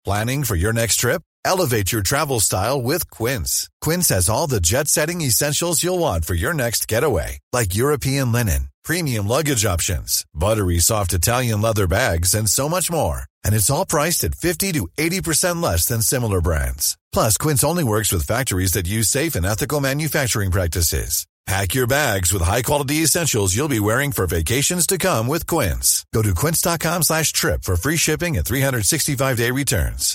Planning for your next trip? Elevate your travel style with Quince. Quince has all the jet-setting essentials you'll want for your next getaway, like European linen, premium luggage options, buttery soft Italian leather bags, and so much more. And it's all priced at 50 to 80% less than similar brands. Plus, Quince only works with factories that use safe and ethical manufacturing practices. Pack your bags with high-quality essentials you'll be wearing for vacations to come with Quince. Go to quince.com/trip for free shipping and 365-day returns.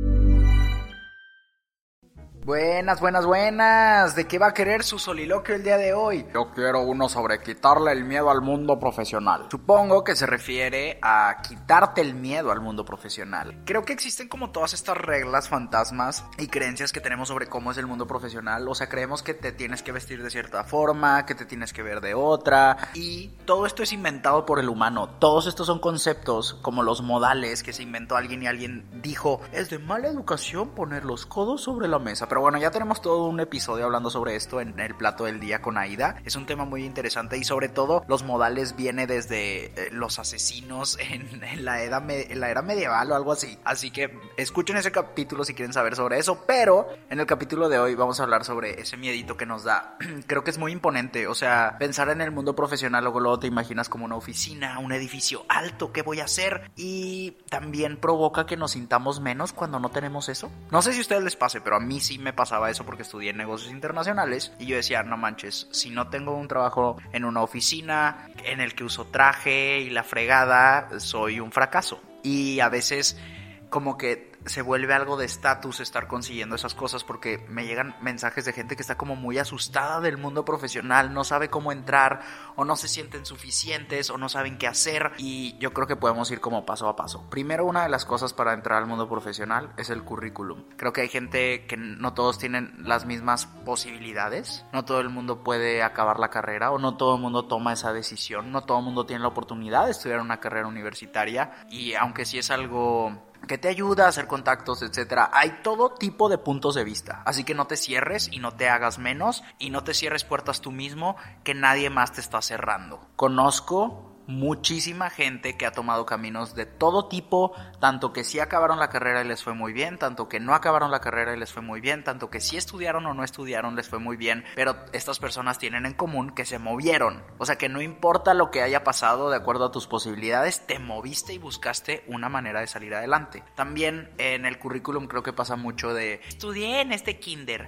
Buenas, buenas, buenas. ¿De qué va a querer su soliloquio el día de hoy? Yo quiero uno sobre quitarle el miedo al mundo profesional. Supongo que se refiere a quitarte el miedo al mundo profesional. Creo que existen como todas estas reglas, fantasmas y creencias que tenemos sobre cómo es el mundo profesional. O sea, creemos que te tienes que vestir de cierta forma, que te tienes que ver de otra. Y todo esto es inventado por el humano. Todos estos son conceptos como los modales que se inventó alguien y alguien dijo: es de mala educación poner los codos sobre la mesa. Pero bueno, ya tenemos todo un episodio hablando sobre esto en el plato del día con Aida. Es un tema muy interesante y sobre todo los modales viene desde los asesinos en la era medieval o algo así. Así que escuchen ese capítulo si quieren saber sobre eso. Pero en el capítulo de hoy vamos a hablar sobre ese miedito que nos da. Creo que es muy imponente. O sea, pensar en el mundo profesional, luego te imaginas como una oficina, un edificio alto. ¿Qué voy a hacer? Y también provoca que nos sintamos menos cuando no tenemos eso. No sé si a ustedes les pase, pero a mí sí me pasaba eso porque estudié negocios internacionales y yo decía, no manches, si no tengo un trabajo en una oficina en el que uso traje y la fregada, soy un fracaso. Y a veces como que se vuelve algo de estatus estar consiguiendo esas cosas, porque me llegan mensajes de gente que está como muy asustada del mundo profesional, no sabe cómo entrar o no se sienten suficientes o no saben qué hacer, y yo creo que podemos ir como paso a paso. Primero, una de las cosas para entrar al mundo profesional es el currículum. Creo que hay gente que no todos tienen las mismas posibilidades, no todo el mundo puede acabar la carrera o no todo el mundo toma esa decisión, no todo el mundo tiene la oportunidad de estudiar una carrera universitaria, y aunque sí es algo que te ayuda a hacer contactos, etcétera, hay todo tipo de puntos de vista. Así que no te cierres y no te hagas menos y no te cierres puertas tú mismo que nadie más te está cerrando. Conozco muchísima gente que ha tomado caminos de todo tipo, tanto que sí acabaron la carrera y les fue muy bien, tanto que no acabaron la carrera y les fue muy bien, tanto que sí estudiaron o no estudiaron les fue muy bien, pero estas personas tienen en común que se movieron. O sea, que no importa lo que haya pasado, de acuerdo a tus posibilidades, te moviste y buscaste una manera de salir adelante. También en el currículum creo que pasa mucho de: estudié en este kinder,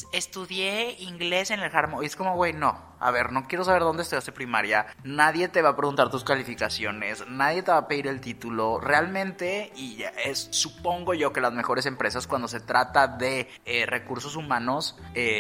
estudié inglés en el Harmony. Y es como, güey, no. A ver, no quiero saber dónde estudiaste primaria. Nadie te va a preguntar tus calificaciones. Nadie te va a pedir el título. Realmente, y supongo yo que las mejores empresas, cuando se trata de recursos humanos,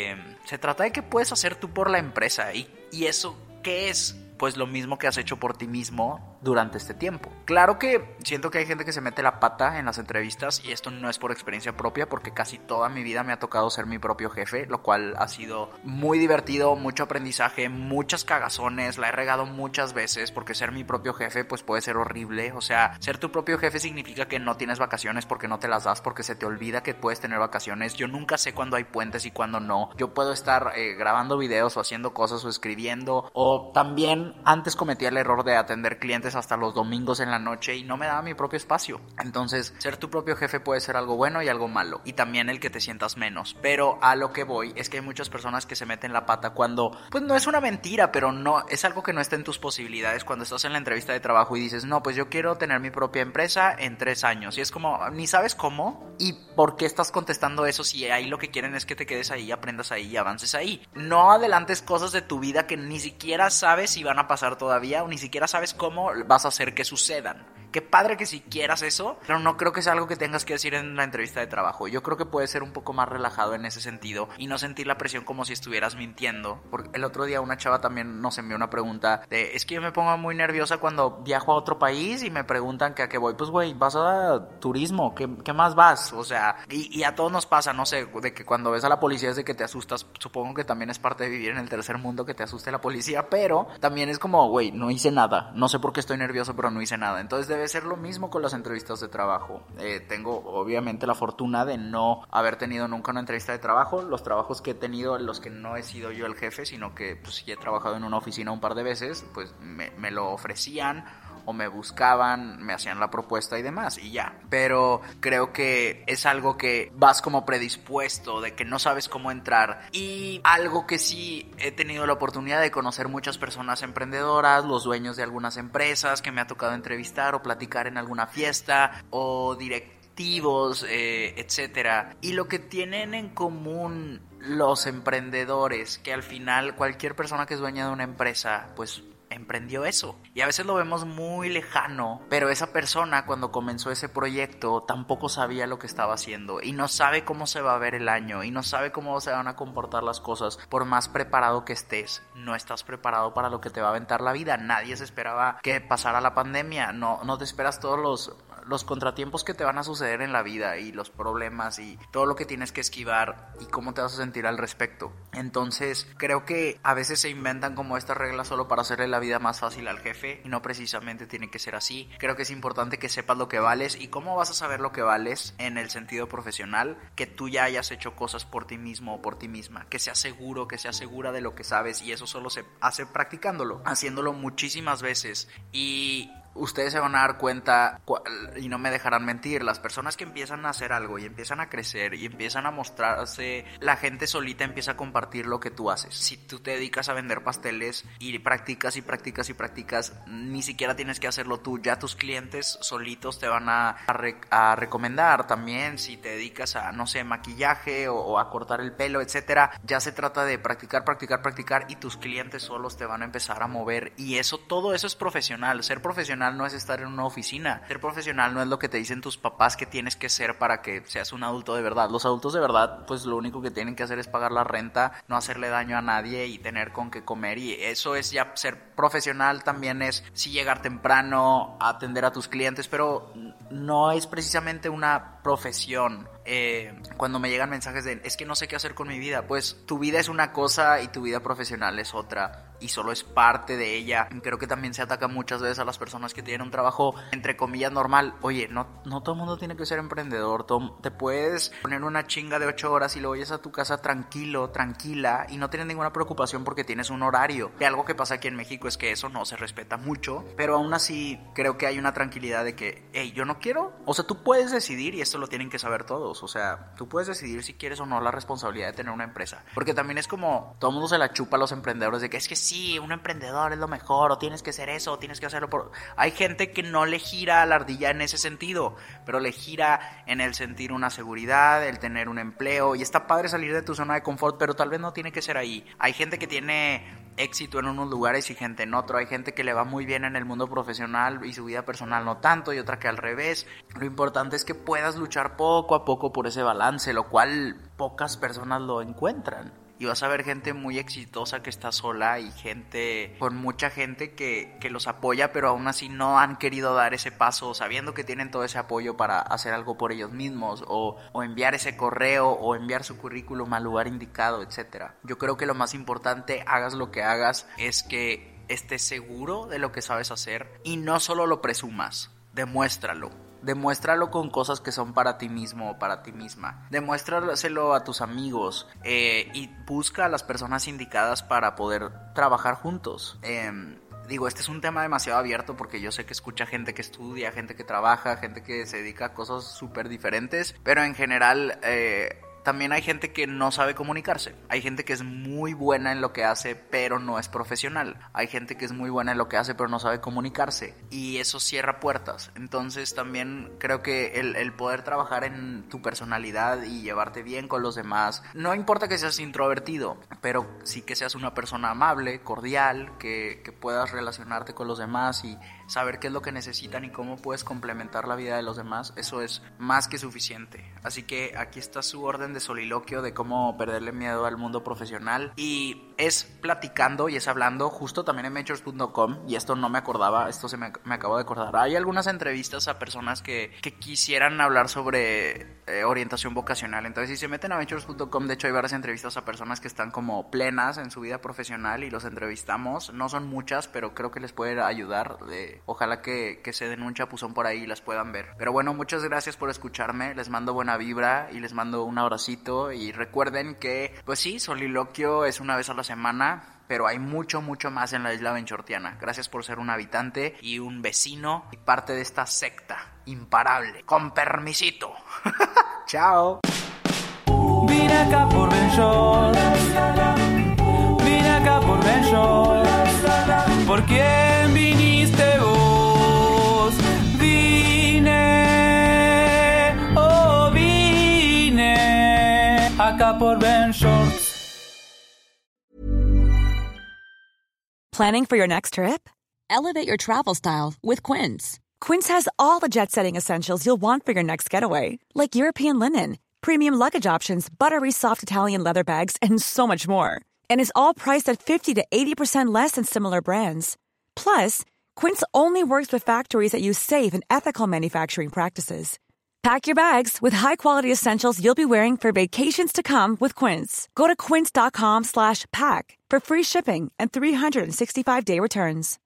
se trata de qué puedes hacer tú por la empresa. ¿Y eso qué es? Pues lo mismo que has hecho por ti mismo durante este tiempo. Claro que siento que hay gente que se mete la pata en las entrevistas, y esto no es por experiencia propia, porque casi toda mi vida me ha tocado ser mi propio jefe, lo cual ha sido muy divertido, mucho aprendizaje, muchas cagazones, la he regado muchas veces, porque ser mi propio jefe pues puede ser horrible. O sea, ser tu propio jefe significa que no tienes vacaciones porque no te las das, porque se te olvida que puedes tener vacaciones. Yo nunca sé cuándo hay puentes y cuándo no. Yo puedo estar grabando videos o haciendo cosas o escribiendo, o también antes cometía el error de atender clientes hasta los domingos en la noche y no me daba mi propio espacio. Entonces, ser tu propio jefe puede ser algo bueno y algo malo, y también el que te sientas menos. Pero a lo que voy es que hay muchas personas que se meten la pata cuando, pues no es una mentira, pero no es algo que no está en tus posibilidades. Cuando estás en la entrevista de trabajo y dices, no, pues yo quiero tener mi propia empresa en 3 años, y es como, ni sabes cómo y por qué estás contestando eso, si ahí lo que quieren es que te quedes ahí, aprendas ahí y avances ahí. No adelantes cosas de tu vida que ni siquiera sabes si van a pasar todavía, o ni siquiera sabes cómo vas a hacer que sucedan. Qué padre que si quieras eso, pero no creo que sea algo que tengas que decir en la entrevista de trabajo. Yo creo que puedes ser un poco más relajado en ese sentido y no sentir la presión como si estuvieras mintiendo. Porque el otro día una chava también nos envió una pregunta de: es que yo me pongo muy nerviosa cuando viajo a otro país y me preguntan que a qué voy. Pues güey, vas a turismo, ¿qué más vas? O sea, y a todos nos pasa, no sé, de que cuando ves a la policía es de que te asustas. Supongo que también es parte de vivir en el tercer mundo que te asuste la policía, pero también es como, güey, no hice nada, no sé por qué estoy nervioso, pero no hice nada. Entonces debe ser lo mismo con las entrevistas de trabajo. Tengo obviamente la fortuna de no haber tenido nunca una entrevista de trabajo. Los trabajos que he tenido, en los que no he sido yo el jefe, sino que pues sí he trabajado en una oficina un par de veces, pues me lo ofrecían, o me buscaban, me hacían la propuesta y demás y ya. Pero creo que es algo que vas como predispuesto, de que no sabes cómo entrar. Y algo que sí he tenido la oportunidad de conocer muchas personas emprendedoras, los dueños de algunas empresas que me ha tocado entrevistar o platicar en alguna fiesta o directivos, etcétera. Y lo que tienen en común los emprendedores, que al final cualquier persona que es dueña de una empresa, pues emprendió eso. Y a veces lo vemos muy lejano, pero esa persona cuando comenzó ese proyecto tampoco sabía lo que estaba haciendo y no sabe cómo se va a ver el año y no sabe cómo se van a comportar las cosas. Por más preparado que estés, no estás preparado para lo que te va a aventar la vida. Nadie se esperaba que pasara la pandemia. No te esperas todos los contratiempos que te van a suceder en la vida y los problemas y todo lo que tienes que esquivar y cómo te vas a sentir al respecto. Entonces creo que a veces se inventan como estas reglas solo para hacerle la vida más fácil al jefe y no precisamente tiene que ser así. Creo que es importante que sepas lo que vales. ¿Y cómo vas a saber lo que vales en el sentido profesional? Que tú ya hayas hecho cosas por ti mismo o por ti misma, que seas seguro, que seas segura de lo que sabes, y eso solo se hace practicándolo, haciéndolo muchísimas veces. Y ustedes se van a dar cuenta, y no me dejarán mentir, las personas que empiezan a hacer algo y empiezan a crecer y empiezan a mostrarse, la gente solita empieza a compartir lo que tú haces. Si tú te dedicas a vender pasteles y practicas y practicas y practicas, ni siquiera tienes que hacerlo tú, ya tus clientes solitos te van a recomendar. También si te dedicas a, no sé, maquillaje o a cortar el pelo, etcétera, ya se trata de practicar y tus clientes solos te van a empezar a mover. Y eso, todo eso es profesional. Ser profesional no es estar en una oficina. Ser profesional no es lo que te dicen tus papás que tienes que ser para que seas un adulto de verdad. Los adultos de verdad, pues lo único que tienen que hacer es pagar la renta, no hacerle daño a nadie y tener con qué comer. Y eso es ya ser profesional. También es sí llegar temprano, atender a tus clientes, pero no es precisamente una profesión. Cuando me llegan mensajes de es que no sé qué hacer con mi vida, pues tu vida es una cosa y tu vida profesional es otra, y solo es parte de ella. Creo que también se ataca muchas veces a las personas que tienen un trabajo entre comillas normal. Oye, no todo el mundo tiene que ser emprendedor. Te puedes poner una chinga de 8 horas y luego llegas a tu casa tranquilo, tranquila, y no tienes ninguna preocupación porque tienes un horario. Y algo que pasa aquí en México es que eso no se respeta mucho, pero aún así creo que hay una tranquilidad de que, hey, yo no quiero. O sea, tú puedes decidir, y esto lo tienen que saber todos. O sea, tú puedes decidir si quieres o no la responsabilidad de tener una empresa. Porque también es como, todo el mundo se la chupa a los emprendedores de que es que sí, un emprendedor es lo mejor, o tienes que hacer eso, o tienes que hacerlo por... Hay gente que no le gira a la ardilla en ese sentido, pero le gira en el sentir una seguridad, el tener un empleo, y está padre salir de tu zona de confort, pero tal vez no tiene que ser ahí. Hay gente que tiene éxito en unos lugares y gente en otro. Hay gente que le va muy bien en el mundo profesional y su vida personal no tanto, y otra que al revés. Lo importante es que puedas luchar poco a poco por ese balance, lo cual pocas personas lo encuentran. Y vas a ver gente muy exitosa que está sola y gente con mucha gente que los apoya, pero aún así no han querido dar ese paso, sabiendo que tienen todo ese apoyo para hacer algo por ellos mismos, o enviar ese correo, o enviar su currículum al lugar indicado, etcétera. Yo creo que lo más importante, hagas lo que hagas, es que estés seguro de lo que sabes hacer y no solo lo presumas, demuéstralo. Demuéstralo con cosas que son para ti mismo o para ti misma. Demuéstraselo a tus amigos, y busca a las personas indicadas para poder trabajar juntos. Digo, este es un tema demasiado abierto porque yo sé que escucha gente que estudia, gente que trabaja, gente que se dedica a cosas súper diferentes, pero en general... también hay gente que no sabe comunicarse. Hay gente que es muy buena en lo que hace, pero no es profesional. Hay gente que es muy buena en lo que hace, pero no sabe comunicarse. Y eso cierra puertas. Entonces también creo que el poder trabajar en tu personalidad y llevarte bien con los demás. No importa que seas introvertido, pero sí que seas una persona amable, cordial, que puedas relacionarte con los demás y saber qué es lo que necesitan y cómo puedes complementar la vida de los demás. Eso es más que suficiente. Así que aquí está su orden de soliloquio de cómo perderle miedo al mundo profesional, y es platicando y es hablando. Justo también en Mentors.com, y esto no me acordaba, esto me acabo de acordar, hay algunas entrevistas a personas que quisieran hablar sobre orientación vocacional. Entonces si se meten a Mentors.com, de hecho hay varias entrevistas a personas que están como plenas en su vida profesional y los entrevistamos. No son muchas, pero creo que les puede ayudar. Ojalá que se den un chapuzón por ahí y las puedan ver. Pero bueno, muchas gracias por escucharme, les mando buena vibra y les mando un abracito, y recuerden que pues sí, soliloquio es una vez a la semana. semana, pero hay mucho, mucho más en la isla benchortiana. Gracias por ser un habitante y un vecino y parte de esta secta imparable. Con permisito. Chao. Vine acá por Benchor. Vine acá por Benchor. ¿Por quién viniste vos? Vine acá por Benchor. Planning for your next trip? Elevate your travel style with Quince. Quince has all the jet-setting essentials you'll want for your next getaway, like European linen, premium luggage options, buttery soft Italian leather bags, and so much more. And is all priced at 50 to 80% less than similar brands. Plus, Quince only works with factories that use safe and ethical manufacturing practices. Pack your bags with high-quality essentials you'll be wearing for vacations to come with Quince. Go to quince.com/pack for free shipping and 365-day returns.